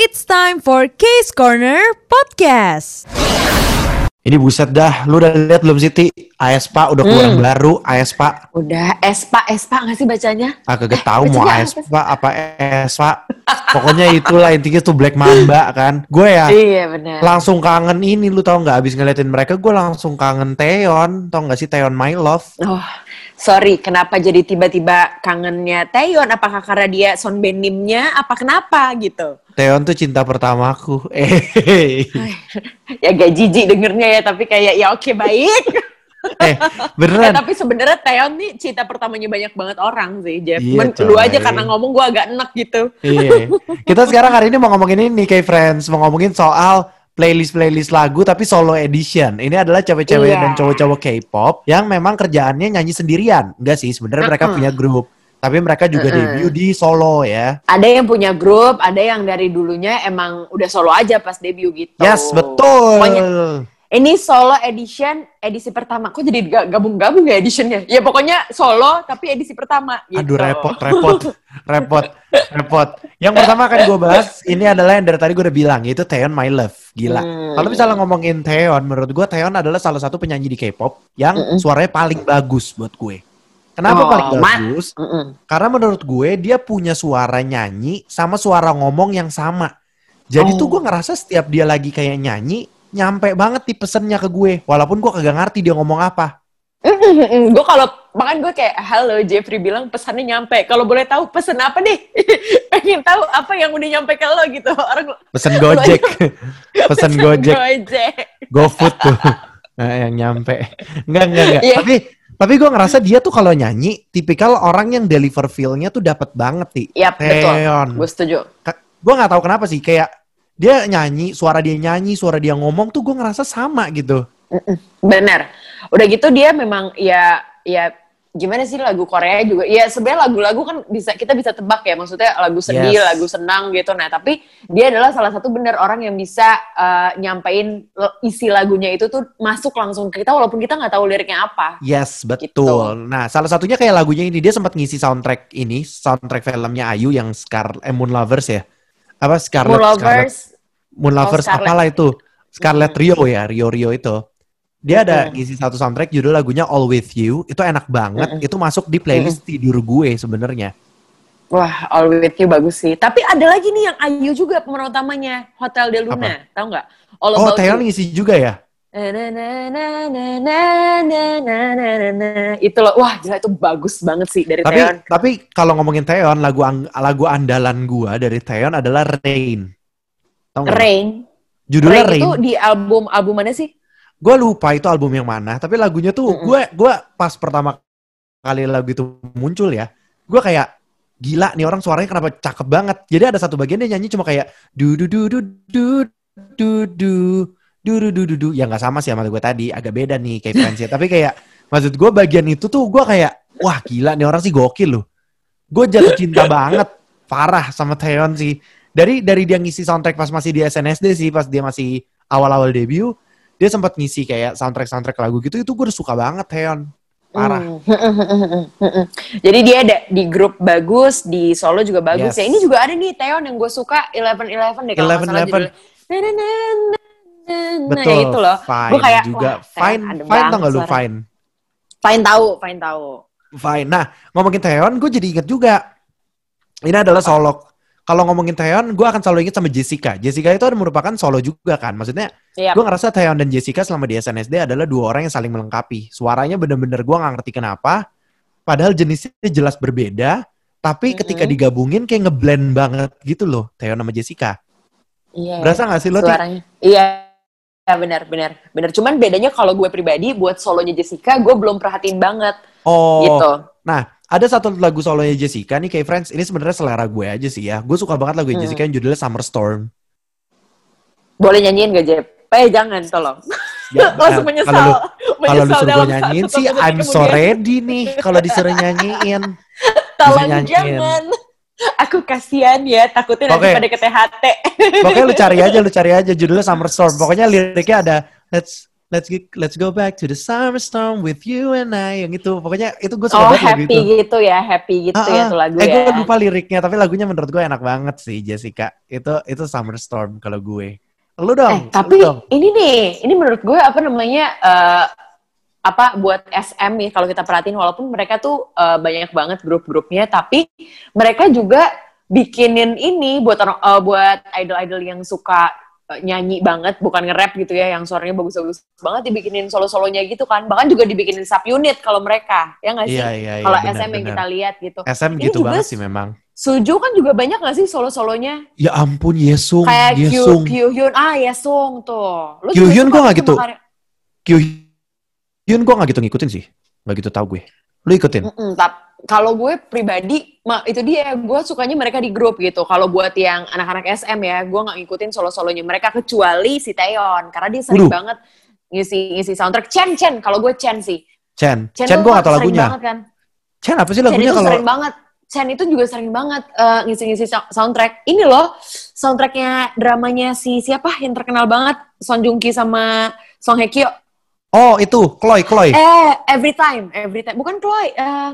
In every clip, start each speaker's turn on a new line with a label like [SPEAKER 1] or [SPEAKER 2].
[SPEAKER 1] It's time for Case Corner Podcast.
[SPEAKER 2] Ini buset dah, lu udah lihat belum Siti? Aespa udah keluar baru, Aespa.
[SPEAKER 3] Udah, Espa nggak sih bacanya?
[SPEAKER 2] Kagak tahu mau Aespa apa Espa. Pokoknya itulah intinya tuh Black Mamba kan. Gue ya
[SPEAKER 3] Iya benar.
[SPEAKER 2] langsung kangen ini, lu tau nggak? Abis ngeliatin mereka, gue langsung kangen Taeyeon. Tau nggak sih Taeyeon My Love?
[SPEAKER 3] Oh, sorry, kenapa jadi tiba-tiba kangennya Taeyeon? Apakah karena dia sonbenimnya? Apa kenapa gitu?
[SPEAKER 2] Taeyeon tuh cinta pertamaku.
[SPEAKER 3] Ya gak jijik dengernya ya, tapi kayak ya oke baik.
[SPEAKER 2] Beneran.
[SPEAKER 3] Tapi sebenarnya Taeyeon nih cinta pertamanya banyak banget orang sih, Jeff.
[SPEAKER 2] Iya,
[SPEAKER 3] Lu aja karena ngomong gue agak enak gitu.
[SPEAKER 2] Iya. Kita sekarang hari ini mau ngomongin ini, K-Friends. Mau ngomongin soal playlist lagu tapi solo edition. Ini adalah cewek-cewek dan cowok-cowok K-pop yang memang kerjaannya nyanyi sendirian. Enggak sih, sebenarnya mereka punya grup. Tapi mereka juga debut di solo ya.
[SPEAKER 3] Ada yang punya grup, ada yang dari dulunya emang udah solo aja pas debut gitu.
[SPEAKER 2] Yes, betul.
[SPEAKER 3] Pokoknya, ini solo edition, edisi pertama. Kok jadi gabung-gabung ya editionnya? Ya pokoknya solo tapi edisi pertama gitu.
[SPEAKER 2] Aduh repot. Yang pertama akan gue bahas, ini adalah yang dari tadi gue udah bilang, yaitu Taeyeon My Love. Gila. Kalau misalnya ngomongin Taeyeon, menurut gue Taeyeon adalah salah satu penyanyi di K-pop yang suaranya paling bagus buat gue. Kenapa paling bagus? Karena menurut gue dia punya suara nyanyi sama suara ngomong yang sama. Jadi tuh gue ngerasa setiap dia lagi kayak nyanyi, nyampe banget di pesennya ke gue. Walaupun gue kagak ngerti dia ngomong apa.
[SPEAKER 3] Gue kalau makan gue kayak halo Jeffrey bilang pesannya nyampe. Kalau boleh tahu pesen apa nih? Pengen tahu apa yang udah nyampe ke lo gitu. Orang
[SPEAKER 2] pesen Gojek. Pesen Gojek. GoFood tuh. Nah, yang nyampe. Enggak. Yeah. Tapi gue ngerasa dia tuh kalau nyanyi tipikal orang yang deliver feel-nya tuh dapat banget sih.
[SPEAKER 3] Yap, betul. Gue setuju.
[SPEAKER 2] Gue nggak tahu kenapa sih, kayak dia nyanyi, suara dia ngomong tuh gue ngerasa sama gitu.
[SPEAKER 3] Bener. Udah gitu dia memang ya gimana sih lagu Korea juga. Ya sebenarnya lagu-lagu kan kita bisa tebak ya, maksudnya lagu sedih, lagu senang gitu. Nah, tapi dia adalah salah satu bener orang yang bisa nyampein isi lagunya itu tuh masuk langsung ke kita walaupun kita nggak tahu liriknya apa.
[SPEAKER 2] Yes, betul.
[SPEAKER 3] Gitu.
[SPEAKER 2] Nah, salah satunya kayak lagunya ini, dia sempat ngisi soundtrack filmnya Ayu yang Moon Lovers ya. Apa Moon Lovers apalah itu. Scarlet Rio ya, Rio itu. Dia ada ngisi satu soundtrack judul lagunya All With You. Itu enak banget. Itu masuk di playlist tidur gue sebenarnya.
[SPEAKER 3] Wah, All With You bagus sih. Tapi ada lagi nih yang Ayu juga pemeran utamanya, Hotel de Luna. Tahu nggak?
[SPEAKER 2] Taeyeon ngisi juga ya?
[SPEAKER 3] Itu loh. Wah, gila itu bagus banget sih dari Taeyeon.
[SPEAKER 2] Tapi kalau ngomongin Taeyeon, lagu andalan gue dari Taeyeon adalah Rain. Tahu nggak?
[SPEAKER 3] Rain.
[SPEAKER 2] Judulnya Rain.
[SPEAKER 3] Itu di album mana sih?
[SPEAKER 2] Gue lupa itu album yang mana, tapi lagunya tuh gue pas pertama kali lagu itu muncul ya, gue kayak gila nih orang suaranya kenapa cakep banget. Jadi ada satu bagian dia nyanyi cuma kayak du du du du du du du du du du, ya nggak sama sih sama gue tadi, agak beda nih kayak fansnya. Tapi kayak maksud gue bagian itu tuh gue kayak wah gila nih orang sih gokil loh. Gue jatuh cinta banget parah sama Taeyeon sih. Dari dia ngisi soundtrack pas masih di SNSD sih, pas dia masih awal-awal debut. Dia sempat ngisi kayak soundtrack lagu gitu, itu gue udah suka banget Taeyeon. Parah.
[SPEAKER 3] Jadi dia ada di grup bagus, di solo juga bagus ya. Ini juga ada nih Taeyeon yang gue suka, 11-11 deh kalau nggak salah judulnya.
[SPEAKER 2] Betul.
[SPEAKER 3] Ya itu loh. Gue kayak
[SPEAKER 2] juga Fine tau gak lu Fine?
[SPEAKER 3] Fine tahu.
[SPEAKER 2] Fine. Nah, ngomongin Taeyeon gue jadi inget juga. Ini adalah solo. Kalau ngomongin Taeyeon, gue akan selalu ingat sama Jessica. Jessica itu merupakan solo juga kan. Maksudnya, gue ngerasa Taeyeon dan Jessica selama di SNSD adalah dua orang yang saling melengkapi. Suaranya bener-bener gue gak ngerti kenapa. Padahal jenisnya jelas berbeda. Tapi ketika digabungin kayak ngeblend banget gitu loh, Taeyeon sama Jessica.
[SPEAKER 3] Iya.
[SPEAKER 2] Berasa gak sih lo?
[SPEAKER 3] Suaranya. Iya, benar. Cuman bedanya kalau gue pribadi, buat solonya Jessica, gue belum perhatiin banget. Gitu.
[SPEAKER 2] Nah, ada satu lagu solonya Jessica nih kayak Friends, ini sebenarnya selera gue aja sih ya. Gue suka banget lagu Jessica yang judulnya Summer Storm.
[SPEAKER 3] Boleh nyanyiin gak, Jeb? Jangan, tolong. Langsung menyesal.
[SPEAKER 2] Kalau disuruh gue nyanyiin sih, I'm so ready nih kalau disuruh nyanyiin.
[SPEAKER 3] Tolong jangan. Aku kasihan ya, takutnya nanti pada ke THT.
[SPEAKER 2] Pokoknya lu cari aja judulnya Summer Storm. Pokoknya liriknya ada let's go back to the summer storm with you and I, yang itu pokoknya itu gue suka
[SPEAKER 3] Oh,
[SPEAKER 2] banget lagu
[SPEAKER 3] happy
[SPEAKER 2] itu.
[SPEAKER 3] gitu ya, happy gitu ya tuh lagu ya.
[SPEAKER 2] Gue lupa liriknya, tapi lagunya menurut gue enak banget sih, Jessica. Itu Summer Storm kalau gue. Lu dong.
[SPEAKER 3] Tapi
[SPEAKER 2] lu dong.
[SPEAKER 3] ini menurut gue apa namanya buat SM nih kalau kita perhatiin, walaupun mereka tuh banyak banget grup-grupnya, tapi mereka juga bikinin ini buat idol-idol yang suka nyanyi banget, bukan nge-rap gitu ya, yang suaranya bagus-bagus banget, dibikinin solo-solonya gitu kan. Bahkan juga dibikinin subunit kalau mereka, ya nggak sih?
[SPEAKER 2] Iya,
[SPEAKER 3] Kalau
[SPEAKER 2] benar,
[SPEAKER 3] SM yang kita lihat gitu.
[SPEAKER 2] SM
[SPEAKER 3] Ini
[SPEAKER 2] gitu
[SPEAKER 3] juga
[SPEAKER 2] banget sih memang.
[SPEAKER 3] Suju kan juga banyak nggak sih solo-solonya?
[SPEAKER 2] Ya ampun, Yesung.
[SPEAKER 3] Kayak
[SPEAKER 2] Yesung.
[SPEAKER 3] Kyuhyun, Yesung tuh.
[SPEAKER 2] Kyuhyun gue nggak gitu. Kyuhyun gue nggak gitu ngikutin sih, nggak gitu tahu gue. Lu ikutin?
[SPEAKER 3] Kalau gue pribadi, itu dia, gue sukanya mereka di grup gitu. Kalau buat yang anak-anak SM ya, gue nggak ngikutin solo-solonya mereka, kecuali si Taeyeon, karena dia sering banget ngisi soundtrack. Chen, kalau gue Chen sih.
[SPEAKER 2] Chen gue nggak tahu lagunya.
[SPEAKER 3] Banget, kan?
[SPEAKER 2] Chen apa sih lagunya
[SPEAKER 3] Chen itu
[SPEAKER 2] kalau?
[SPEAKER 3] sering banget. Chen itu juga sering banget ngisi-ngisi soundtrack. Ini loh, soundtracknya dramanya si siapa yang terkenal banget, Son Joong Ki sama Song Hye Kyo.
[SPEAKER 2] Oh itu, Chloe.
[SPEAKER 3] Every time. Bukan Chloe.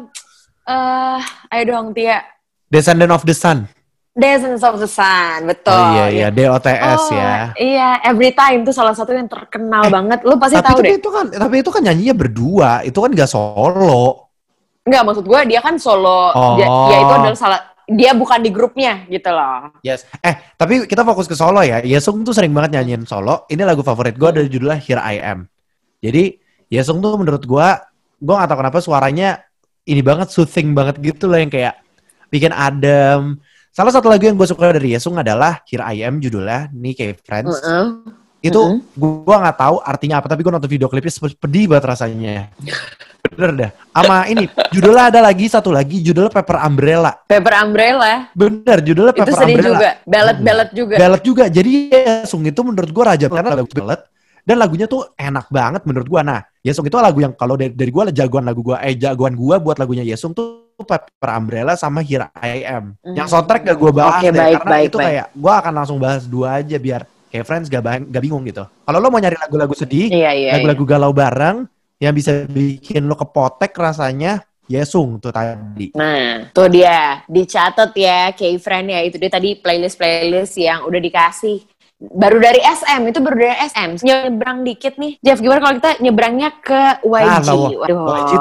[SPEAKER 3] Ayo dong Tia.
[SPEAKER 2] Descendant of the Sun.
[SPEAKER 3] Descendants of the Sun, betul.
[SPEAKER 2] Oh iya, DOTS ya.
[SPEAKER 3] Iya, Every Time itu salah satu yang terkenal banget. Lu pasti tahu deh.
[SPEAKER 2] Tapi itu kan nyanyinya berdua, itu kan gak solo.
[SPEAKER 3] Enggak, maksud gue dia kan solo. Dia itu adalah dia bukan di grupnya gitu loh.
[SPEAKER 2] Yes. Tapi kita fokus ke solo ya. Yesung tuh sering banget nyanyiin solo. Ini lagu favorit gue dari judulnya Here I Am. Jadi Yesung tuh menurut gue gak tahu kenapa suaranya ini banget, soothing banget gitu loh, yang kayak bikin adem. Salah satu lagu yang gue suka dari Yesung adalah Here I Am, judulnya nih kayak Friends. Itu gue nggak tahu artinya apa, tapi gue nonton video klipnya pedih banget rasanya. Bener dah. Sama ini judulnya ada satu lagi judulnya Paper Umbrella. Bener, judulnya Paper Umbrella.
[SPEAKER 3] Itu sedih juga,
[SPEAKER 2] ballad juga. Jadi Yesung itu menurut gue raja karena lagu ballad. Dan lagunya tuh enak banget menurut gue. Nah, Yesung itu lagu yang kalau dari gue jagoan gue buat lagunya Yesung tuh Paper Umbrella sama Here I Am. Yang soundtrack gak gue bahas karena itu kayak gue akan langsung bahas dua aja biar kayak Friends gak bingung gitu. Kalau lo mau nyari lagu-lagu sedih, lagu-lagu galau bareng yang bisa bikin lo kepotek rasanya, Yesung tuh tadi.
[SPEAKER 3] Nah, tuh dia dicatat ya, K-Friend ya, itu dia tadi playlist yang udah dikasih. Baru dari SM. Nyebrang dikit nih. Jeff, gimana kalau kita nyebrangnya ke YG?
[SPEAKER 2] YG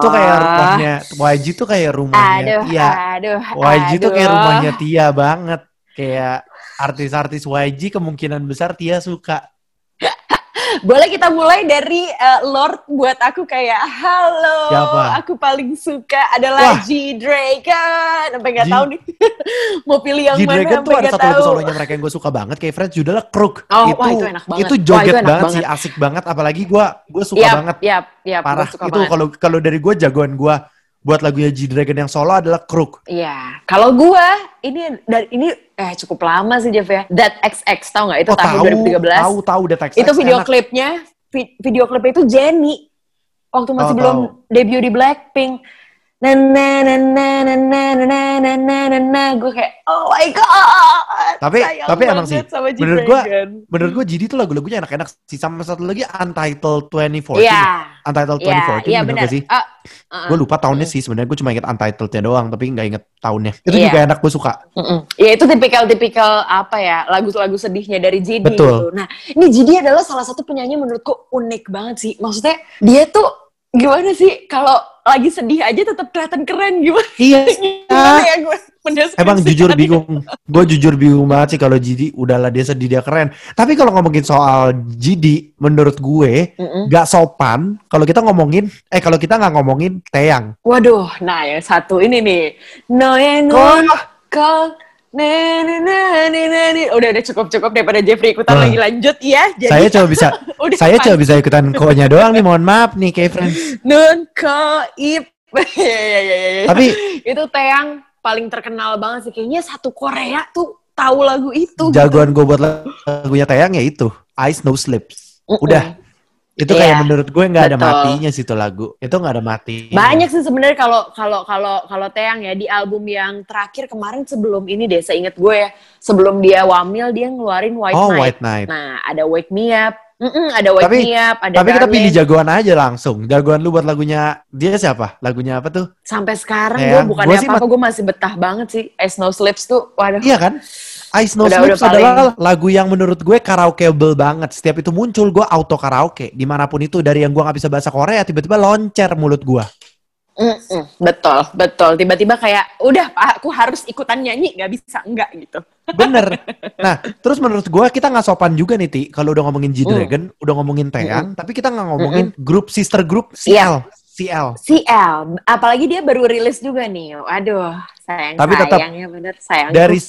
[SPEAKER 2] tuh kayak rumahnya Tia. YG tuh kayak rumahnya Tia banget. Kayak artis-artis YG kemungkinan besar Tia suka.
[SPEAKER 3] Boleh kita mulai dari Lord buat aku kayak halo.
[SPEAKER 2] Siapa?
[SPEAKER 3] Aku paling suka adalah G-Dragon. Sampai nggak tahu nih mau pilih yang mana.
[SPEAKER 2] G-Dragon tuh ada satu lagu solonya mereka yang gue suka banget kayak Friends, judulnya Crook.
[SPEAKER 3] Itu enak banget.
[SPEAKER 2] Itu joget banget sih, asik banget. Apalagi gue suka banget. Parah. Itu kalau dari gue jagoan gue buat lagunya G-Dragon yang solo adalah Crook.
[SPEAKER 3] Iya. Kalau gue ini cukup lama sih Jeff ya. That XX tahu nggak? Itu tahun 2013.
[SPEAKER 2] Tahu That XX.
[SPEAKER 3] Itu video klipnya itu Jennie waktu masih belum debut di Blackpink. Gue kayak oh my god.
[SPEAKER 2] Tapi emang sih menurut gue GD tuh lagu-lagunya enak-enak sih. Sama satu lagi Untitled 2014. Untitled 2014 bener gak sih? Gue lupa tahunnya sih sebenarnya, gue cuma inget Untitled-nya doang tapi gak inget tahunnya. Itu juga enak, gue suka.
[SPEAKER 3] Ya itu tipikal apa ya, lagu-lagu sedihnya dari GD.
[SPEAKER 2] Betul.
[SPEAKER 3] Gitu. Nah ini GD adalah salah satu penyanyi menurutku unik banget sih. Maksudnya dia tuh gimana sih kalau lagi sedih aja tetap kelihatan keren gimana?
[SPEAKER 2] Iya.
[SPEAKER 3] Gimana ya gue?
[SPEAKER 2] Emang jujur bingung. Gue jujur bingung banget sih kalau GD udahlah dia sedih dia keren. Tapi kalau ngomongin soal GD menurut gue gak sopan kalau kita nggak ngomongin Taeyang.
[SPEAKER 3] Waduh, nah yang satu ini nih. Udah cukup daripada Jeffrey ikutan lagi lanjut ya. Jadi,
[SPEAKER 2] saya coba bisa ikutan ko-nya doang nih, mohon maaf nih kayak Friends.
[SPEAKER 3] Nun ko ip.
[SPEAKER 2] Tapi
[SPEAKER 3] itu Taeyang paling terkenal banget sih, kayaknya satu Korea tuh tahu lagu itu.
[SPEAKER 2] Jagoan gue buat lagunya Taeyang ya itu Eyes No Slips. Udah. Itu kayak menurut gue nggak ada matinya sih itu lagu. Itu nggak ada mati.
[SPEAKER 3] Banyak sih sebenarnya kalau Taeyang ya di album yang terakhir kemarin sebelum ini deh, seingat gue ya, sebelum dia wamil dia ngeluarin White Night.
[SPEAKER 2] White Night.
[SPEAKER 3] Nah ada Wake Me Up, Ada Wake Me Up, ada
[SPEAKER 2] Tapi kita
[SPEAKER 3] Darling.
[SPEAKER 2] pilih jagoan aja langsung. Jagoan lu buat lagunya dia siapa? Lagunya apa tuh?
[SPEAKER 3] Sampai sekarang gue bukannya apa-apa, gue masih betah banget sih. Ice No Slips tuh, waduh.
[SPEAKER 2] Iya kan? Ice No Slips adalah lagu yang menurut gue karaokeable banget. Setiap itu muncul, gue auto karaoke. Dimanapun itu, dari yang gue gak bisa bahasa Korea, tiba-tiba loncer mulut gue.
[SPEAKER 3] Betul. Tiba-tiba kayak, udah Pak, aku harus ikutan nyanyi, gak bisa enggak gitu.
[SPEAKER 2] Bener. Nah, terus menurut gue kita gak sopan juga nih, Ti. Kalau udah ngomongin G-Dragon, udah ngomongin Taeyang, tapi kita gak ngomongin grup, sister group, CL.
[SPEAKER 3] Apalagi dia baru rilis juga nih. Aduh, sayangnya bener sayang.
[SPEAKER 2] Dari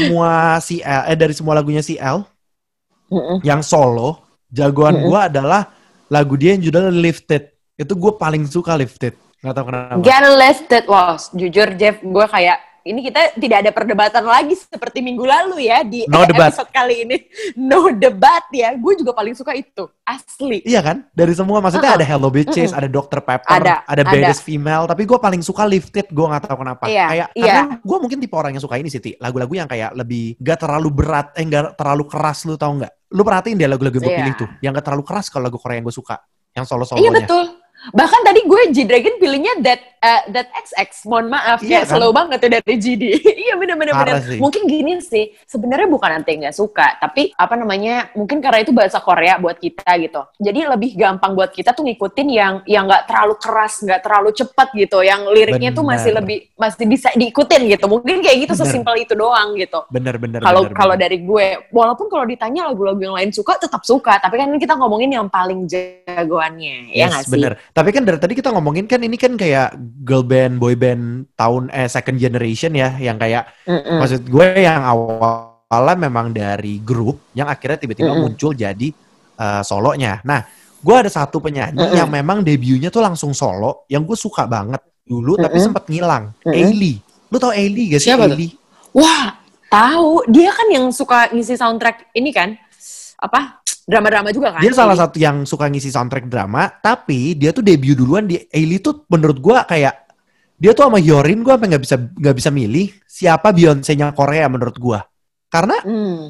[SPEAKER 2] semua lagunya CL yang solo, jagoan gue adalah lagu dia yang judulnya Lifted. Itu gue paling suka Lifted. Gak tau kenapa.
[SPEAKER 3] Get Lifted, jujur Jeff, gue kayak ini kita tidak ada perdebatan lagi seperti minggu lalu ya di episode kali ini. No debat ya. Gue juga paling suka itu. Asli. Iya
[SPEAKER 2] kan? Dari semua maksudnya ada Hello Bitches, ada Dr. Pepper, ada Baddest Female. Tapi gue paling suka Lifted. Gue gak tahu kenapa. Karena gue mungkin tipe orang yang suka ini sih, Ti. Lagu-lagu yang kayak lebih gak terlalu berat, gak terlalu keras, lu tau gak? Lu perhatiin dia lagu-lagu yang gue pilih tuh. Yang gak terlalu keras kalau lagu Korea yang gue suka. Yang solo-solonya.
[SPEAKER 3] Iya betul. Bahkan tadi gue G-Dragon pilihnya That XX, mohon maaf, kayak kan? Slow banget tuh dari GD. Iya bener-bener. Mungkin gini sih, sebenarnya bukan nanti nggak suka, tapi mungkin karena itu bahasa Korea buat kita gitu. Jadi lebih gampang buat kita tuh ngikutin yang nggak terlalu keras, nggak terlalu cepat gitu, yang liriknya tuh masih bisa diikutin gitu. Mungkin kayak gitu, sesimpel itu doang gitu.
[SPEAKER 2] Bener.
[SPEAKER 3] Kalau dari gue, walaupun kalau ditanya lagu-lagu yang lain suka, tetap suka. Tapi kan ini kita ngomongin yang paling jagoannya, ya nggak sih?
[SPEAKER 2] Bener. Tapi kan dari tadi kita ngomongin kan ini kan kayak girl band, boy band second generation ya, yang kayak maksud gue yang awalnya memang dari grup yang akhirnya tiba-tiba muncul jadi solonya. Nah, gue ada satu penyanyi yang memang debutnya tuh langsung solo, yang gue suka banget dulu tapi sempat ngilang. Ailey. Lu tau Ailey gak sih? Ailey?
[SPEAKER 3] Wah, tahu. Dia kan yang suka ngisi soundtrack ini kan? Apa? Drama-drama juga kan?
[SPEAKER 2] Dia salah satu yang suka ngisi soundtrack drama, tapi dia tuh debut duluan di Ailey tuh menurut gue kayak dia tuh sama Hyorin gue sampai nggak bisa milih siapa Beyonce-nya Korea menurut gue. Karena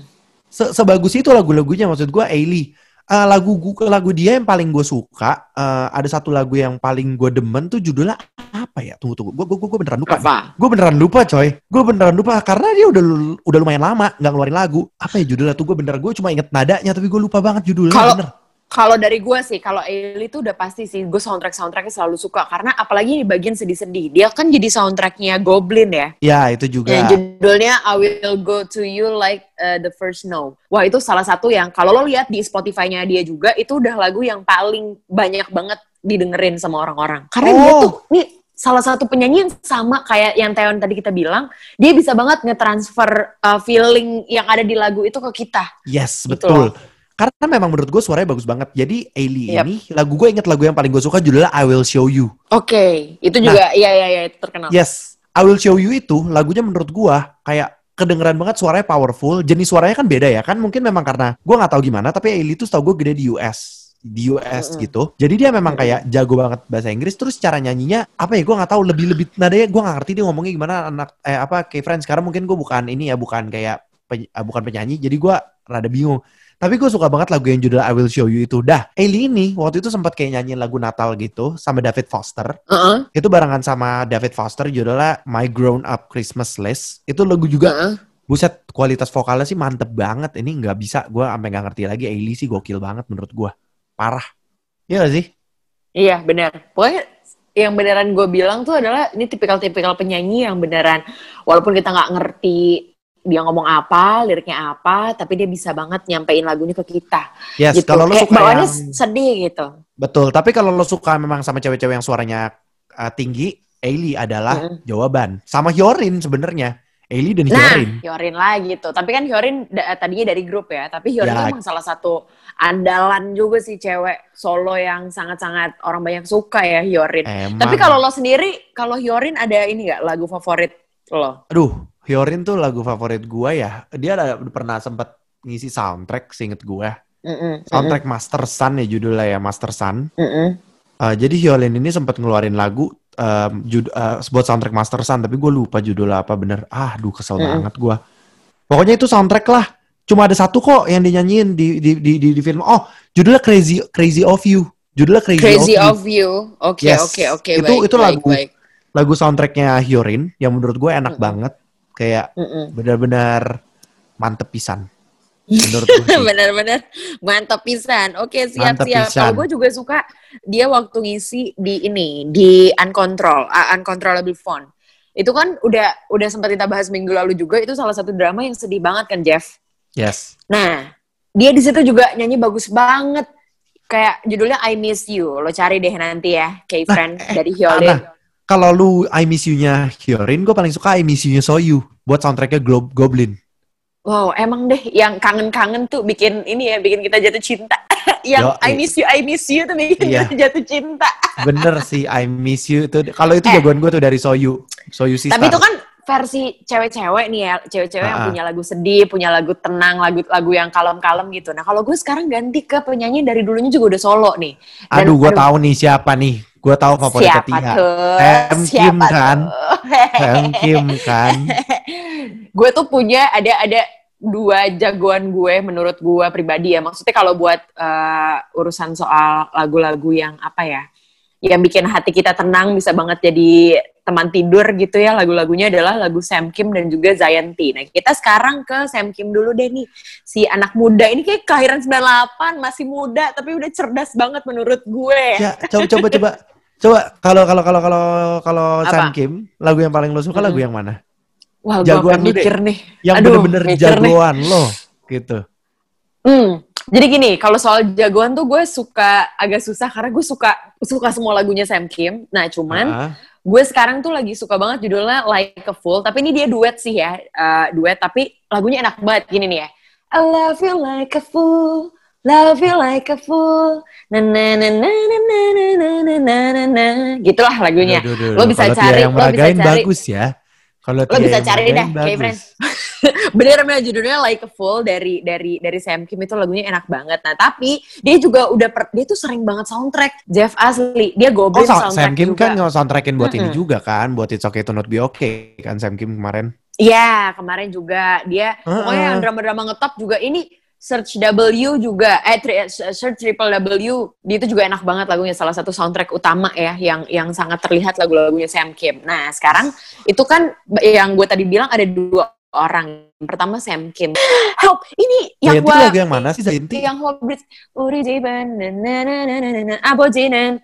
[SPEAKER 2] sebagus itu lagu-lagunya, maksud gue Ailey. Lagu dia yang paling gue suka, ada satu lagu yang paling gue demen tuh judulnya apa ya? Tunggu. Gue beneran lupa. Gue beneran lupa, coy. Gue beneran lupa karena dia udah lumayan lama nggak ngeluarin lagu. Apa ya judulnya tuh? Gue cuma inget nadanya, tapi gue lupa banget judulnya.
[SPEAKER 3] Kalau dari gue sih, kalau Ailey tuh udah pasti sih, gue soundtracknya selalu suka. Karena apalagi di bagian sedih-sedih. Dia kan jadi soundtracknya Goblin ya.
[SPEAKER 2] Ya, itu juga.
[SPEAKER 3] Yang judulnya I Will Go To You Like The First Snow. Wah, itu salah satu yang, kalau lo lihat di Spotify-nya dia juga, itu udah lagu yang paling banyak banget didengerin sama orang-orang. Karena dia tuh, nih, salah satu penyanyi yang sama kayak yang Taeyeon tadi kita bilang, dia bisa banget nge-transfer feeling yang ada di lagu itu ke kita.
[SPEAKER 2] Yes, gitu betul. Karena memang menurut gue suaranya bagus banget. Jadi Ailey ini, lagu gue inget lagu yang paling gue suka judulnya I Will Show You.
[SPEAKER 3] Oke, itu juga, iya, itu terkenal.
[SPEAKER 2] Yes, I Will Show You itu lagunya menurut gue kayak kedengeran banget, suaranya powerful. Jenis suaranya kan beda ya, kan mungkin memang karena gue gak tahu gimana, tapi Ailey itu setahu gue gede di US gitu. Jadi dia memang kayak jago banget bahasa Inggris. Terus cara nyanyinya apa ya, gue gak tahu, lebih nadanya gue gak ngerti dia ngomongnya gimana. Kayak friends sekarang mungkin gue bukan bukan penyanyi, jadi gue rada bingung. Tapi gue suka banget lagu yang judul I Will Show You itu. Ailey ini waktu itu sempat kayak nyanyiin lagu Natal gitu sama David Foster. Itu barengan sama David Foster, judulnya My Grown Up Christmas List. Itu lagu juga, buset, kualitas vokalnya sih mantep banget. Ini nggak bisa, gue sampai nggak ngerti lagi. Ailey sih gokil banget menurut gue, parah. Iya gak sih?
[SPEAKER 3] Iya benar. Pokoknya yang beneran gue bilang tuh adalah ini tipikal-tipikal penyanyi yang beneran, walaupun kita nggak ngerti dia ngomong apa, liriknya apa, tapi dia bisa banget nyampein lagunya ke kita.
[SPEAKER 2] Yes,
[SPEAKER 3] gitu.
[SPEAKER 2] Kalau lo suka
[SPEAKER 3] bawaannya sedih gitu.
[SPEAKER 2] Betul, tapi kalau lo suka memang sama cewek-cewek yang suaranya tinggi, Ailey adalah jawaban. Sama Hyorin sebenarnya. Ailey dan Hyorin.
[SPEAKER 3] Hyorin lah gitu. Tapi kan Hyorin tadinya dari grup ya, tapi Hyorin memang salah satu andalan juga sih cewek solo yang sangat-sangat orang banyak suka ya, Hyorin. Tapi kalau lo sendiri, kalau Hyorin ada ini nggak lagu favorit lo?
[SPEAKER 2] Aduh, Hyorin tuh lagu favorit gue ya. Dia pernah sempat ngisi soundtrack, seinget gue. Soundtrack Master Sun ya judulnya ya, Master Sun. Jadi Hyorin ini sempat ngeluarin lagu buat soundtrack Master Sun, tapi gue lupa judulnya apa bener. Kesel banget gue. Pokoknya itu soundtrack lah. Cuma ada satu kok yang dinyanyiin di film. Oh, judulnya Crazy of You. Judulnya
[SPEAKER 3] Crazy
[SPEAKER 2] You.
[SPEAKER 3] of You. Oke,
[SPEAKER 2] Yes.
[SPEAKER 3] oke.
[SPEAKER 2] Itu
[SPEAKER 3] Baik.
[SPEAKER 2] lagu soundtracknya Hyorin yang menurut gue enak banget. Kayak benar-benar mantep pisan. Menurut gue sih.
[SPEAKER 3] Benar-benar mantap pisan. Oke, siap. Kalau gue juga suka dia waktu ngisi di Uncontrollable Phone. Itu kan udah sempat kita bahas minggu lalu juga, itu salah satu drama yang sedih banget kan, Jeff.
[SPEAKER 2] Yes.
[SPEAKER 3] Nah, dia di situ juga nyanyi bagus banget. Kayak judulnya I Miss You. Lo cari deh nanti ya, K-Friend dari Hyorin.
[SPEAKER 2] Kalau lu I Miss You-nya Hyorin, gue paling suka I Miss You-nya Soyu buat soundtracknya Goblin.
[SPEAKER 3] Wow, emang deh yang kangen-kangen tuh bikin kita jatuh cinta. Yang I miss you tuh bikin kita jatuh cinta.
[SPEAKER 2] Bener sih, I Miss You itu. Kalau itu jagoan gue tuh dari Soyu Sister.
[SPEAKER 3] Tapi itu kan versi cewek-cewek nih ya, cewek-cewek yang punya lagu sedih, punya lagu tenang, lagu yang kalem-kalem gitu. Nah, kalau gue sekarang ganti ke penyanyi dari dulunya juga udah solo nih.
[SPEAKER 2] Dan, gue tahu nih siapa nih. Gue tahu favorit ketiga. Sam Kim kan.
[SPEAKER 3] Gue tuh punya ada dua jagoan gue menurut gue pribadi ya. Maksudnya kalau buat urusan soal lagu-lagu yang apa ya, yang bikin hati kita tenang, bisa banget jadi teman tidur gitu ya, lagu-lagunya adalah lagu Sam Kim dan juga Zayanti. Nah, kita sekarang ke Sam Kim dulu deh nih. Si anak muda ini kayak kelahiran 98, masih muda tapi udah cerdas banget menurut gue.
[SPEAKER 2] Ya, coba kalau Sam Kim, lagu yang paling lo suka lagu yang mana?
[SPEAKER 3] Wah, jagoan gue mikir nih.
[SPEAKER 2] Yang bener-bener jagoan lo gitu.
[SPEAKER 3] Jadi gini, kalau soal jagoan tuh gue suka agak susah karena gue suka semua lagunya Sam Kim. Nah, cuman gue sekarang tuh lagi suka banget judulnya Like a Fool, tapi ini dia duet sih ya, duet tapi lagunya enak banget gini nih ya. I love you like a fool, love you like a fool, na na na na na na na na na, gitulah lagunya. Lo bisa cari,
[SPEAKER 2] bagus ya. Kalau
[SPEAKER 3] lo bisa cari deh, kayak friends. Bener judulnya Like a Fool dari Sam Kim, itu lagunya enak banget. Nah, tapi dia juga dia tuh sering banget soundtrack. Jeff asli, dia goblin soundtrack
[SPEAKER 2] Sam Kim
[SPEAKER 3] juga.
[SPEAKER 2] Kan soundtrackin buat ini juga kan, buat It's Okay to Not Be Okay kan Sam Kim kemarin.
[SPEAKER 3] Iya, kemarin juga dia pokoknya yang drama-drama ngetop juga ini. Search W juga, Search Triple W, dia itu juga enak banget lagunya, salah satu soundtrack utama ya, yang sangat terlihat lagu-lagunya Sam Kim. Nah, sekarang itu kan yang gue tadi bilang ada dua orang. Pertama Sam Kim. Help, ini yang
[SPEAKER 2] lagu yang mana sih Zainti?
[SPEAKER 3] Yang Hobrit, Uri Jiban, Abojinan,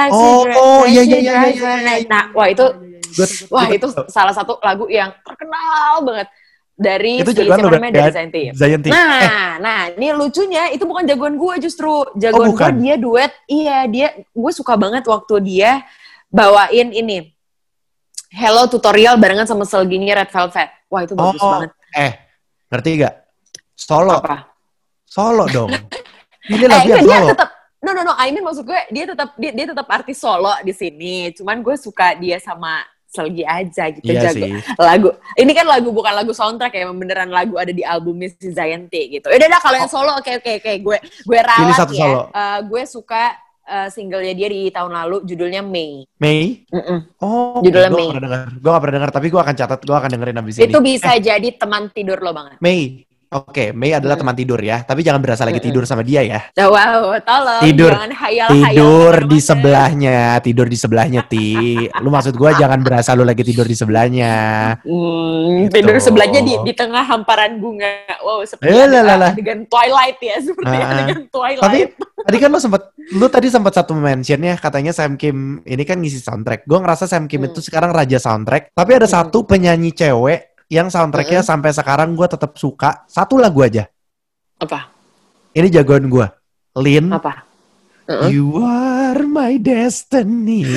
[SPEAKER 2] iya.
[SPEAKER 3] Nah, wah itu salah satu lagu yang terkenal banget. Dari Zayanti. Nah, ini lucunya itu bukan jagoan gue justru. Jagoan gue dia duet. Iya, gue suka banget waktu dia bawain ini Hello Tutorial barengan sama Selginnya Red Velvet. Wah, itu bagus banget.
[SPEAKER 2] Ngerti gak? Solo.
[SPEAKER 3] Apa?
[SPEAKER 2] Solo dong. Ini lagu yang solo.
[SPEAKER 3] Tetap, no. I mean maksud gue dia tetap artis solo di sini. Cuman gue suka dia sama Selgi aja gitu.
[SPEAKER 2] Iya
[SPEAKER 3] jago
[SPEAKER 2] sih.
[SPEAKER 3] Lagu ini kan bukan lagu soundtrack ya, beneran lagu ada di albumnya si Zayanti gitu. Udah kalau yang solo oke gue ralat ya. Gue suka singlenya dia di tahun lalu judulnya May. Judulnya May.
[SPEAKER 2] Gue gak pernah dengar tapi gue akan catat, gue akan dengerin abis ini.
[SPEAKER 3] Itu bisa jadi teman tidur lo banget.
[SPEAKER 2] May adalah teman tidur ya, tapi jangan berasa lagi tidur sama dia ya.
[SPEAKER 3] Wow, tolong jangan hayal
[SPEAKER 2] tidur di sebelahnya Lu maksud gue jangan berasa lu lagi tidur di sebelahnya. Gitu.
[SPEAKER 3] Tidur sebelahnya di tengah hamparan bunga. Wow, seperti adegan Twilight ya, seperti adegan Twilight.
[SPEAKER 2] Tapi tadi kan lu tadi sempat satu mention ya, katanya Sam Kim ini kan ngisi soundtrack. Gue ngerasa Sam Kim itu sekarang raja soundtrack, tapi ada satu penyanyi cewek yang soundtracknya sampai sekarang gue tetap suka. Satu lagu aja.
[SPEAKER 3] Apa?
[SPEAKER 2] Ini jagoan gue. Lin.
[SPEAKER 3] Apa?
[SPEAKER 2] You are my destiny.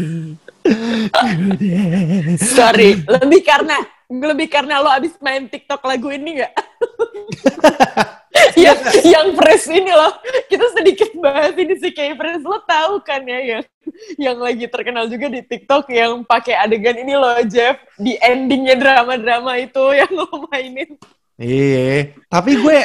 [SPEAKER 3] Sorry, lebih karena lo abis main TikTok lagu ini gak? yang Pres ini loh. Kita sedikit bahas ini si K-Pres. Lo tahu kan ya yang lagi terkenal juga di TikTok yang pakai adegan ini loh, Jeff, di endingnya drama-drama itu yang lo mainin.
[SPEAKER 2] Iya, tapi gue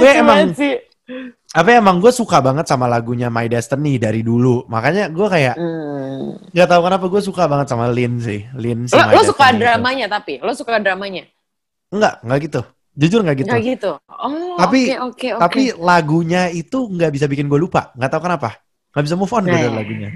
[SPEAKER 2] emang gue suka banget sama lagunya My Destiny dari dulu. Makanya gue kayak nggak tahu kenapa gue suka banget sama Lin sih.
[SPEAKER 3] Lo suka dramanya gitu. Tapi lo suka dramanya?
[SPEAKER 2] Enggak gitu. Jujur nggak gitu.
[SPEAKER 3] Nggak gitu. Oh,
[SPEAKER 2] Tapi
[SPEAKER 3] oke.
[SPEAKER 2] tapi lagunya itu nggak bisa bikin gue lupa. Nggak tahu kenapa. Nggak bisa move on gue dari lagunya.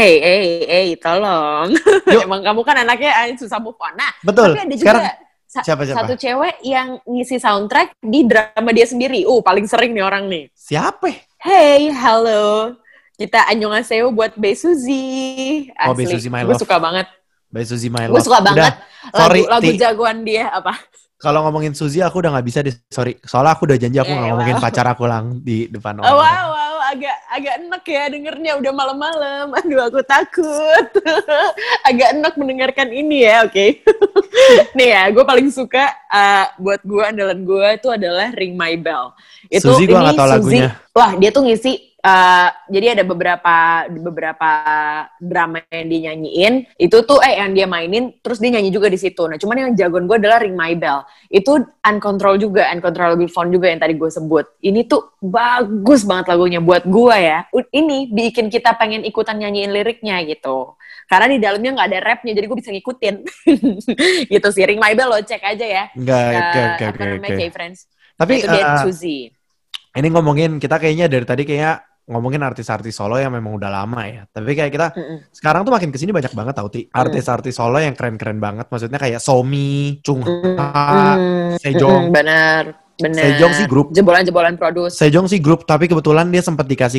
[SPEAKER 3] Tolong.
[SPEAKER 2] Yuk.
[SPEAKER 3] Emang kamu kan anaknya susah move on. Nah,
[SPEAKER 2] Betul.
[SPEAKER 3] tapi ada juga
[SPEAKER 2] Sekarang siapa?
[SPEAKER 3] satu cewek yang ngisi soundtrack di drama dia sendiri. Paling sering nih orang nih.
[SPEAKER 2] Siapa?
[SPEAKER 3] Hey, halo. Kita annyeonghaseyo buat Bae Suzy.
[SPEAKER 2] Oh, Bae
[SPEAKER 3] Asli,
[SPEAKER 2] Suzy My
[SPEAKER 3] gue
[SPEAKER 2] Love.
[SPEAKER 3] suka banget.
[SPEAKER 2] Bae Suzy My
[SPEAKER 3] Gue
[SPEAKER 2] Love.
[SPEAKER 3] suka banget
[SPEAKER 2] Sorry,
[SPEAKER 3] lagu
[SPEAKER 2] Ti.
[SPEAKER 3] jagoan dia apa?
[SPEAKER 2] Kalau ngomongin Suzy aku udah nggak bisa deh. Sorry. Soalnya aku udah janji aku nggak ngomongin pacar aku lang di depan orang.
[SPEAKER 3] Wow, agak enak ya dengernya udah malam-malam. Aduh, aku takut. Agak enak mendengarkan ini ya, oke. Nih ya, gue paling suka buat gue andalan gue itu adalah Ring My Bell. Itu
[SPEAKER 2] Suzy gue nggak tahu lagunya.
[SPEAKER 3] Wah, dia tuh ngisi. Jadi ada beberapa drama yang dia nyanyiin, itu tuh yang dia mainin, terus dia nyanyi juga di situ. Nah, cuman yang jagoan gue adalah Ring My Bell. Itu Uncontrollable Phone juga yang tadi gue sebut. Ini tuh bagus banget lagunya buat gue ya. Ini bikin kita pengen ikutan nyanyiin liriknya gitu. Karena di dalamnya nggak ada rapnya, jadi gue bisa ngikutin. Gitu sih, Ring My Bell lo cek aja ya.
[SPEAKER 2] Oke.
[SPEAKER 3] K-Friends.
[SPEAKER 2] Tapi
[SPEAKER 3] itu dia Suzy.
[SPEAKER 2] Ini ngomongin kita kayaknya dari tadi kayak ngomongin artis-artis solo yang memang udah lama ya. Tapi kayak kita sekarang tuh makin kesini banyak banget tau Ti. Artis-artis solo yang keren-keren banget. Maksudnya kayak Somi, Chungha, Sejong.
[SPEAKER 3] Benar.
[SPEAKER 2] Sejong sih grup.
[SPEAKER 3] Jebolan produce.
[SPEAKER 2] Sejong sih grup, tapi kebetulan dia sempat dikasih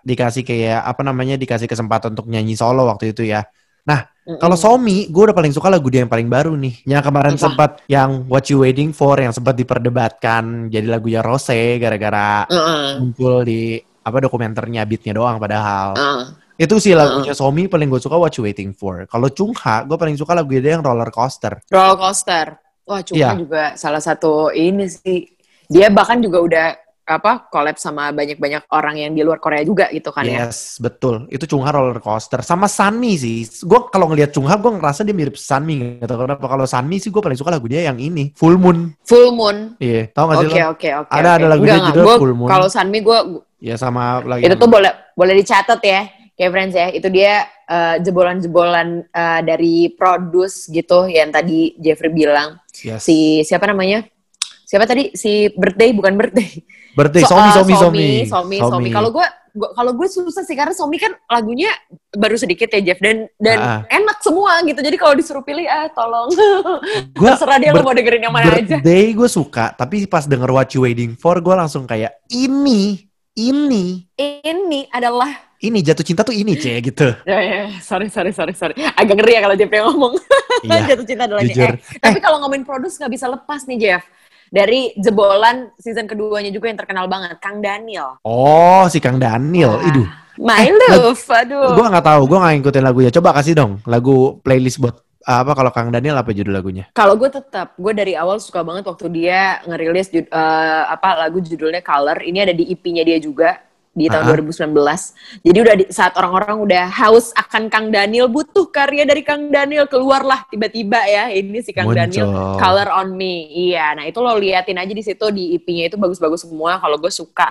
[SPEAKER 2] kesempatan untuk nyanyi solo waktu itu ya. Nah, kalau Somi, gue udah paling suka lagu dia yang paling baru nih. Yang kemarin sempat yang What You Waiting For, yang sempat diperdebatkan jadi lagunya Rose gara-gara muncul di dokumenternya beatnya doang padahal. Itu sih lagunya Somi paling gue suka What You Waiting For. Kalau Chungha, gue paling suka lagu dia yang Roller Coaster. Wah, Chungha juga salah satu ini sih. Dia bahkan juga udah collab sama banyak-banyak orang yang di luar Korea juga gitu kan ya. Yes, betul. Itu Chungha Roller Coaster. Sama Sunmi sih. Gue kalau ngelihat Chungha, gue ngerasa dia mirip Sunmi. Gitu. Kenapa? Kalau Sunmi sih gue paling suka lagu dia yang ini. Full Moon. Iya, tau gak sih lo?
[SPEAKER 3] Oke.
[SPEAKER 2] Ada lagu dia judul Full Moon.
[SPEAKER 3] Kalau Sunmi gue...
[SPEAKER 2] Ya sama lagi.
[SPEAKER 3] Itu tuh boleh dicatat ya. Kayak friends ya. Itu dia jebolan-jebolan dari produce gitu. Yang tadi Jeffrey bilang.
[SPEAKER 2] Yes.
[SPEAKER 3] Siapa namanya? Siapa tadi? Si Bukan Birthday. Somi. Kalau gue susah sih karena Somi kan lagunya baru sedikit ya Jeff dan enak semua gitu. Jadi kalau disuruh pilih tolong. Terserah dia lo mau dengerin yang mana aja.
[SPEAKER 2] Birthday gue suka, tapi pas denger What You Waiting For gue langsung kayak ini
[SPEAKER 3] adalah
[SPEAKER 2] jatuh cinta tuh ini gitu.
[SPEAKER 3] Ya, sorry. Agak ngeri ya kalau Jeff yang ngomong. Jatuh cinta adalah ini. Tapi kalau ngomongin produce nggak bisa lepas nih Jeff. Dari jebolan season keduanya juga yang terkenal banget, Kang Daniel.
[SPEAKER 2] Oh, si Kang Daniel.
[SPEAKER 3] My Love, aduh.
[SPEAKER 2] Gue nggak tahu, gue nggak ngikutin lagunya. Coba kasih dong lagu playlist buat kalau Kang Daniel apa judul lagunya?
[SPEAKER 3] Kalau gue dari awal suka banget waktu dia ngerilis lagu judulnya Color. Ini ada di EP-nya dia juga di tahun 2019. Jadi udah saat orang-orang udah haus akan Kang Daniel, butuh karya dari Kang Daniel, keluarlah tiba-tiba ya ini si Kang Daniel Color on Me. Iya, nah itu lo liatin aja di situ di EP-nya itu bagus-bagus semua. Kalau gue suka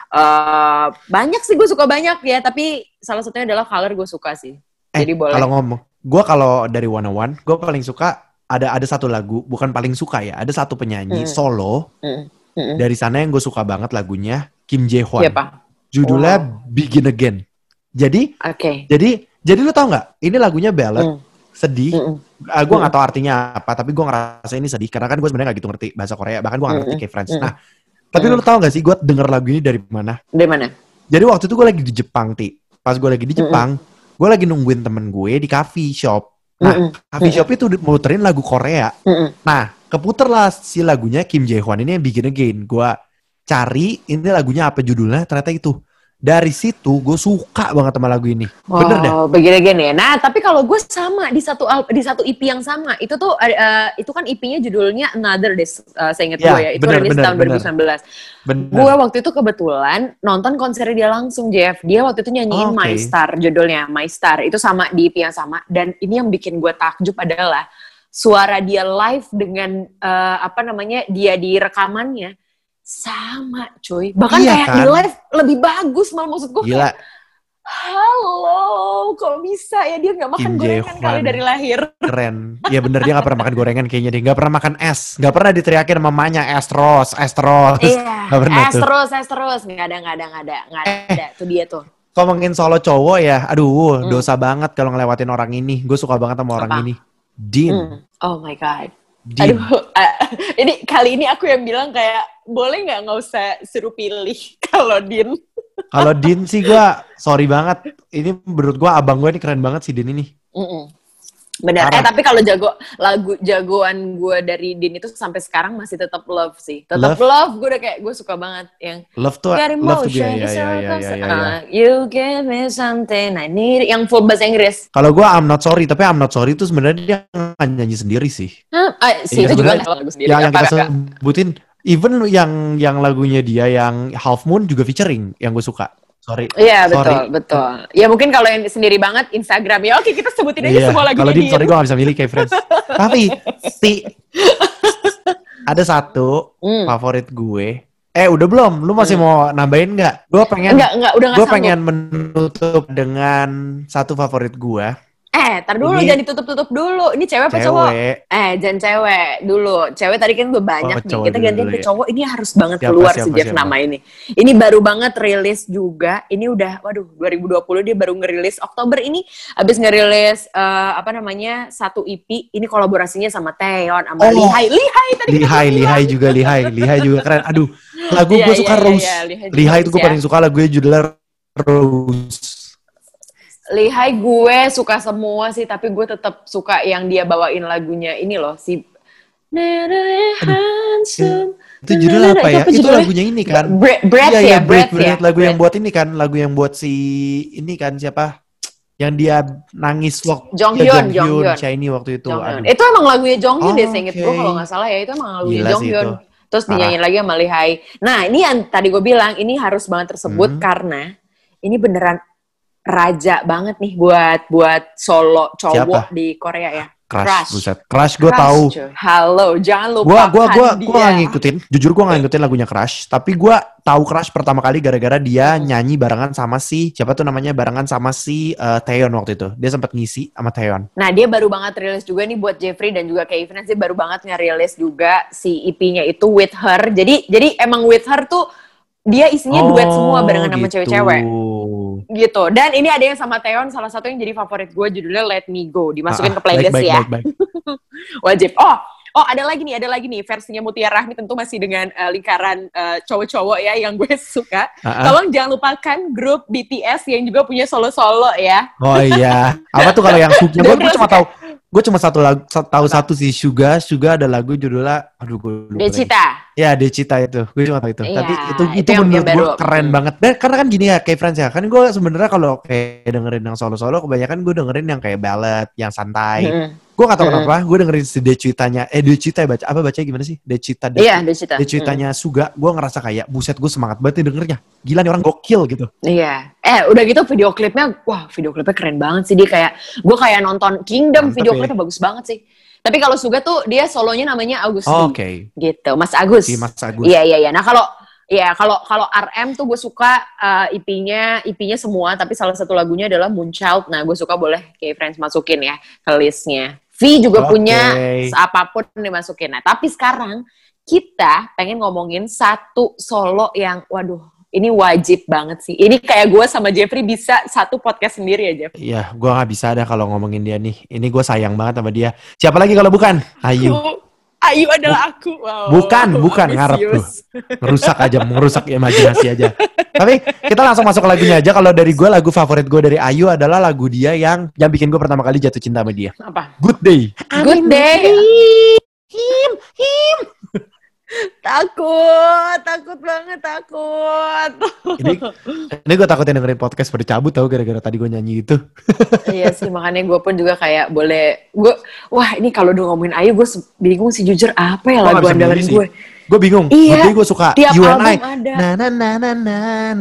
[SPEAKER 3] banyak sih, gue suka banyak ya, tapi salah satunya adalah Color gue suka sih. Jadi boleh.
[SPEAKER 2] Kalau dari 101, gue paling suka ada satu lagu, bukan paling suka ya, ada satu penyanyi solo dari sana yang gue suka banget lagunya, Kim Jae-hwan.
[SPEAKER 3] Siapa?
[SPEAKER 2] Judulnya Begin Again. Jadi lu tau nggak? Ini lagunya ballad, sedih. Gue nggak tahu artinya apa, tapi gue ngerasa ini sedih karena kan gue sebenarnya nggak gitu ngerti bahasa Korea, bahkan gue nggak ngerti kayak French. Nah, tapi lu tau nggak sih gue denger lagu ini dari mana?
[SPEAKER 3] Dari mana?
[SPEAKER 2] Jadi waktu itu gue lagi di Jepang, Ti. Pas gue lagi di Jepang, gue lagi nungguin temen gue di coffee shop. Nah, coffee shop itu muterin lagu Korea. Nah, keputer lah si lagunya Kim Jae-hwan ini yang Begin Again. Gue cari ini lagunya apa judulnya, ternyata itu. Dari situ gue suka banget sama lagu ini. Bener deh.
[SPEAKER 3] Begini ya. Nah, tapi kalau gue sama di satu EP yang sama. Itu tuh itu kan EP-nya judulnya Another Day, saya ingat gue ya. Itu rilis tahun 2019. Gue waktu itu kebetulan nonton konsernya dia langsung, Jeff. Dia waktu itu nyanyiin My Star, judulnya My Star. Itu sama di EP yang sama. Dan ini yang bikin gue takjub adalah suara dia live dengan dia di rekamannya. Sama cuy. Bahkan kayak di live lebih bagus malah, maksud gue.
[SPEAKER 2] Gila.
[SPEAKER 3] halo, kok bisa ya dia nggak makan
[SPEAKER 2] Kim
[SPEAKER 3] gorengan
[SPEAKER 2] Jae-hwan.
[SPEAKER 3] kali dari lahir.
[SPEAKER 2] Keren. Ya bener, dia gak pernah makan gorengan kayaknya deh. Gak pernah makan es. Gak pernah diteriakin mamanya es terus.
[SPEAKER 3] Iya,
[SPEAKER 2] Gak pernah tuh.
[SPEAKER 3] es terus, nggak ada, tuh dia tuh.
[SPEAKER 2] Ngomongin solo cowok ya, aduh dosa banget kalau ngelewatin orang ini. Gue suka banget sama orang
[SPEAKER 3] Apa?
[SPEAKER 2] ini. Dean.
[SPEAKER 3] Oh my god.
[SPEAKER 2] Dean.
[SPEAKER 3] Aduh, ini kali ini aku yang bilang kayak boleh nggak usah suruh pilih kalau Din.
[SPEAKER 2] Kalau Dean sih gue sorry banget. Ini menurut gue abang gue ini keren banget sih Dean ini.
[SPEAKER 3] Benar.
[SPEAKER 2] Parah.
[SPEAKER 3] Tapi kalau jagoan gue dari Din itu sampai sekarang masih tetap Love sih. Tetap love gue udah kayak gue suka banget yang
[SPEAKER 2] Love tuh
[SPEAKER 3] Get
[SPEAKER 2] dia.
[SPEAKER 3] emotion,
[SPEAKER 2] Ya.
[SPEAKER 3] you give me something I need. Yang full bahasa Inggris.
[SPEAKER 2] Kalau gue I'm not sorry, tapi I'm not sorry itu sebenarnya dia nyanyi sendiri sih.
[SPEAKER 3] Itu juga lagu sendiri.
[SPEAKER 2] Yang kita sebutin, even yang lagunya dia yang Half Moon juga featuring yang gue suka. Sorry.
[SPEAKER 3] Iya, betul. Ya mungkin kalau yang sendiri banget Instagram ya. Oke, kita sebutin aja semua lagunya.
[SPEAKER 2] Kalau Dean sorry gue gak bisa milih kayak Friends. Tapi ada satu favorit gue. Udah belum? Lu masih mau nambahin nggak? Gue pengen.
[SPEAKER 3] Enggak, udah nggak
[SPEAKER 2] Gue
[SPEAKER 3] sanggup.
[SPEAKER 2] pengen menutup dengan satu favorit gue.
[SPEAKER 3] Tar dulu, jangan ditutup-tutup dulu. Ini cewek apa cowok? Jangan cewek dulu. Cewek tadi kan udah banyak nih. Kita gantian ke cowok. Ini harus banget keluar si Jeff nama ini. Ini baru banget rilis juga. Ini udah, 2020 dia baru ngerilis. Oktober ini habis ngerilis satu EP. Ini kolaborasinya sama Taeyeon, sama Lihai.
[SPEAKER 2] Lihai juga keren. Aduh, lagu gue suka Rose. Lihai itu gue paling suka lagunya judulnya Rose.
[SPEAKER 3] Lihai gue suka semua sih, tapi gue tetap suka yang dia bawain lagunya ini loh, si
[SPEAKER 2] itu judul apa ya? Itu lagunya ini kan?
[SPEAKER 3] Breath ya?
[SPEAKER 2] Lagu yang buat ini kan? Lagu yang buat si ini kan siapa? Yang dia nangis waktu
[SPEAKER 3] Jonghyun
[SPEAKER 2] Shiny waktu itu.
[SPEAKER 3] Itu emang lagunya Jonghyun deh, seinget gue kalau nggak salah ya, itu emang lagunya Jonghyun. Terus dinyanyiin lagi sama Lihai. Nah ini yang tadi gue bilang, ini harus banget tersebut karena ini beneran raja banget nih buat solo cowok di Korea ya.
[SPEAKER 2] Crush gue tahu.
[SPEAKER 3] Halo, jangan lupa
[SPEAKER 2] gue nggak ngikutin. Jujur gue nggak ngikutin lagunya Crush. Tapi gue tahu Crush pertama kali gara-gara dia nyanyi barengan sama si Taeyeon waktu itu. Dia sempat ngisi sama Taeyeon.
[SPEAKER 3] Nah dia baru banget rilis juga nih buat Jeffrey dan juga kayak Evans. Dia baru banget ngerilis juga si EP-nya itu With Her. Jadi emang With Her tuh dia isinya duet semua barengan sama cewek-cewek. Gitu. Dan ini ada yang sama Taeyeon, salah satu yang jadi favorit gue judulnya Let Me Go. Dimasukin ke playlist ya. Baik. Wajib. Oh ada lagi nih versinya Mutiara Rahmi, tentu masih dengan lingkaran cowok-cowok ya yang gue suka. Tolong jangan lupakan grup BTS yang juga punya solo-solo ya.
[SPEAKER 2] Oh iya. Apa tuh kalau yang Suga? Gue cuma tahu satu sih, Suga ada lagu judulnya gue lupa.
[SPEAKER 3] Decita.
[SPEAKER 2] Ya Decita itu. Gue cuma tahu itu.
[SPEAKER 3] Iya,
[SPEAKER 2] tapi itu menurut gue keren banget. Dan karena kan gini ya kayak Friends ya. Kan gue sebenarnya kalau kayak dengerin yang solo-solo kebanyakan gue dengerin yang kayak ballad, yang santai. Gue gak tau kenapa, gue dengerin si Decitanya, Decita ya bacanya gimana sih? Decita.
[SPEAKER 3] Iya, Decita.
[SPEAKER 2] Decitanya Suga, gue ngerasa kayak, buset gue semangat banget nih dengernya. Gila nih orang gokil gitu.
[SPEAKER 3] Iya. Udah gitu video klipnya keren banget sih. Dia kayak, gue kayak nonton Kingdom, video klipnya bagus banget sih. Tapi kalau Suga tuh, dia solonya namanya Agus.
[SPEAKER 2] Oke.
[SPEAKER 3] Gitu, Mas Agus.
[SPEAKER 2] Si Mas Agus.
[SPEAKER 3] Iya. Nah kalau RM tuh gue suka EP-nya semua, tapi salah satu lagunya adalah Moonchild. Nah gue suka, boleh kayak Friends masukin ya ke listnya. V juga punya apapun dimasukin. Nah tapi sekarang kita pengen ngomongin satu solo yang ini wajib banget sih. Ini kayak gue sama Jeffrey bisa satu podcast sendiri ya Jeff.
[SPEAKER 2] Iya, gue gak bisa ada kalau ngomongin dia nih. Ini gue sayang banget sama dia. Siapa lagi kalau bukan? Ayu.
[SPEAKER 3] Ayu adalah aku. Wow.
[SPEAKER 2] Bukan ngarep tuh. Merusak imajinasi aja. Tapi kita langsung masuk ke lagunya aja. Kalau dari gue, lagu favorit gue dari Ayu adalah lagu dia yang bikin gue pertama kali jatuh cinta sama dia.
[SPEAKER 3] Apa?
[SPEAKER 2] Good Day.
[SPEAKER 3] Good Day. Him. Takut banget.
[SPEAKER 2] Ini gue takutin dengerin podcast pada cabut tau gara-gara tadi gue nyanyi itu.
[SPEAKER 3] Iya sih, makanya gue pun juga kayak ini kalau udah ngomongin Ayu gue bingung sih jujur apa ya lagu andalan gue.
[SPEAKER 2] Gue bingung.
[SPEAKER 3] Iya.
[SPEAKER 2] Tapi gue suka
[SPEAKER 3] Tiap
[SPEAKER 2] You and
[SPEAKER 3] album
[SPEAKER 2] I.
[SPEAKER 3] ada.
[SPEAKER 2] Na na na na na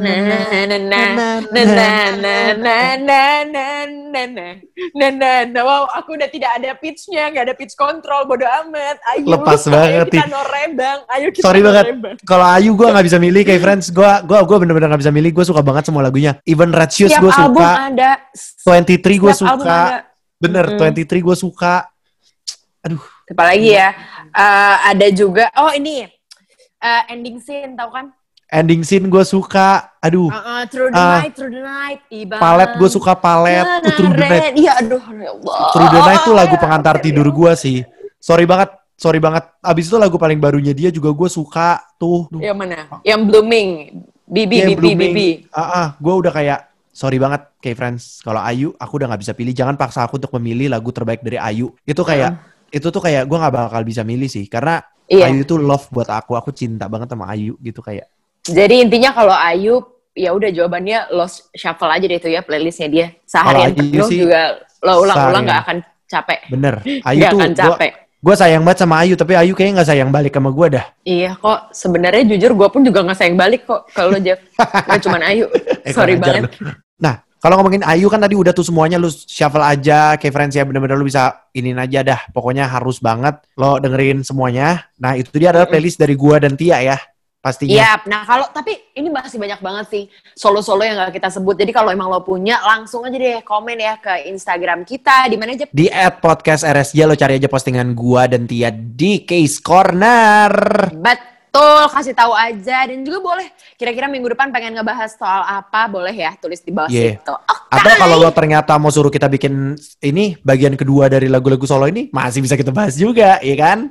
[SPEAKER 2] na na.
[SPEAKER 3] Wow, aku udah tidak ada pitch-nya, nggak ada pitch control, bodo amat. Ayo,
[SPEAKER 2] Lepas banget,
[SPEAKER 3] ayo kita norebang, ayo kita
[SPEAKER 2] Sorry banget.
[SPEAKER 3] norebang.
[SPEAKER 2] Kalau Ayu gue nggak bisa milih kayak Friends. Gue bener-bener nggak bisa milih. Gue suka banget semua lagunya. Even Red Shoes
[SPEAKER 3] Tiap
[SPEAKER 2] gue
[SPEAKER 3] album
[SPEAKER 2] suka.
[SPEAKER 3] ada.
[SPEAKER 2] 23 gue
[SPEAKER 3] Setiap album
[SPEAKER 2] suka.
[SPEAKER 3] ada.
[SPEAKER 2] Bener, 23 gue suka. Aduh.
[SPEAKER 3] Apalagi ya, ada juga, oh ini, Ending Scene, tau kan?
[SPEAKER 2] Ending Scene gue suka. Aduh.
[SPEAKER 3] Through the Night, Ibang.
[SPEAKER 2] Palet gue suka Palet. Through the Night.
[SPEAKER 3] Iya, aduh, ya Allah.
[SPEAKER 2] Through the Night tuh lagu pengantar tidur gue sih. Sorry banget. Abis itu lagu paling barunya dia juga gue suka tuh.
[SPEAKER 3] Yang mana? Yang Blooming. Bibi.
[SPEAKER 2] Gue udah kayak sorry banget kayak Friends. Kalau Ayu, aku udah gak bisa pilih. Jangan paksa aku untuk memilih lagu terbaik dari Ayu. Itu tuh kayak gue gak bakal bisa milih sih. Karena Ayu itu love buat aku. Aku cinta banget sama Ayu gitu kayak. Jadi
[SPEAKER 3] intinya kalau Ayu, ya udah jawabannya lo shuffle aja deh itu ya playlistnya dia. Seharian penuh juga lo ulang-ulang gak akan capek.
[SPEAKER 2] Bener. Ayu tuh
[SPEAKER 3] akan capek.
[SPEAKER 2] Gue sayang banget sama Ayu, tapi Ayu kayaknya gak sayang balik sama gue dah.
[SPEAKER 3] Iya kok, sebenarnya jujur gue pun juga gak sayang balik kok kalau lo Jeff. Gak cuman Ayu. Sorry banget.
[SPEAKER 2] Nah, kalau ngomongin Ayu kan tadi udah tuh semuanya lu shuffle aja, kayak Friends ya bener-bener lu bisa iniin aja dah. Pokoknya harus banget lo dengerin semuanya. Nah itu dia adalah playlist dari gua dan Tia ya. Pastinya.
[SPEAKER 3] Iya, nah tapi ini masih banyak banget sih solo-solo yang gak kita sebut. Jadi kalau emang lo punya, langsung aja deh komen ya ke Instagram kita. Di mana aja?
[SPEAKER 2] Di @podcastrsj lo cari aja postingan gua dan Tia di Case Corner.
[SPEAKER 3] Betul, kasih tahu aja. Dan juga boleh, kira-kira minggu depan pengen ngebahas soal apa, boleh ya tulis di bawah situ. Okay.
[SPEAKER 2] Atau kalau lo ternyata mau suruh kita bikin ini bagian kedua dari lagu-lagu solo ini, masih bisa kita bahas juga, iya kan?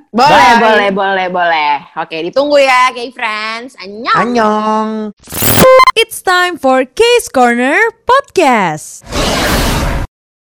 [SPEAKER 3] Boleh. Oke, ditunggu ya, K-Friends. Annyeong.
[SPEAKER 2] Annyeong.
[SPEAKER 1] It's time for Case Corner Podcast.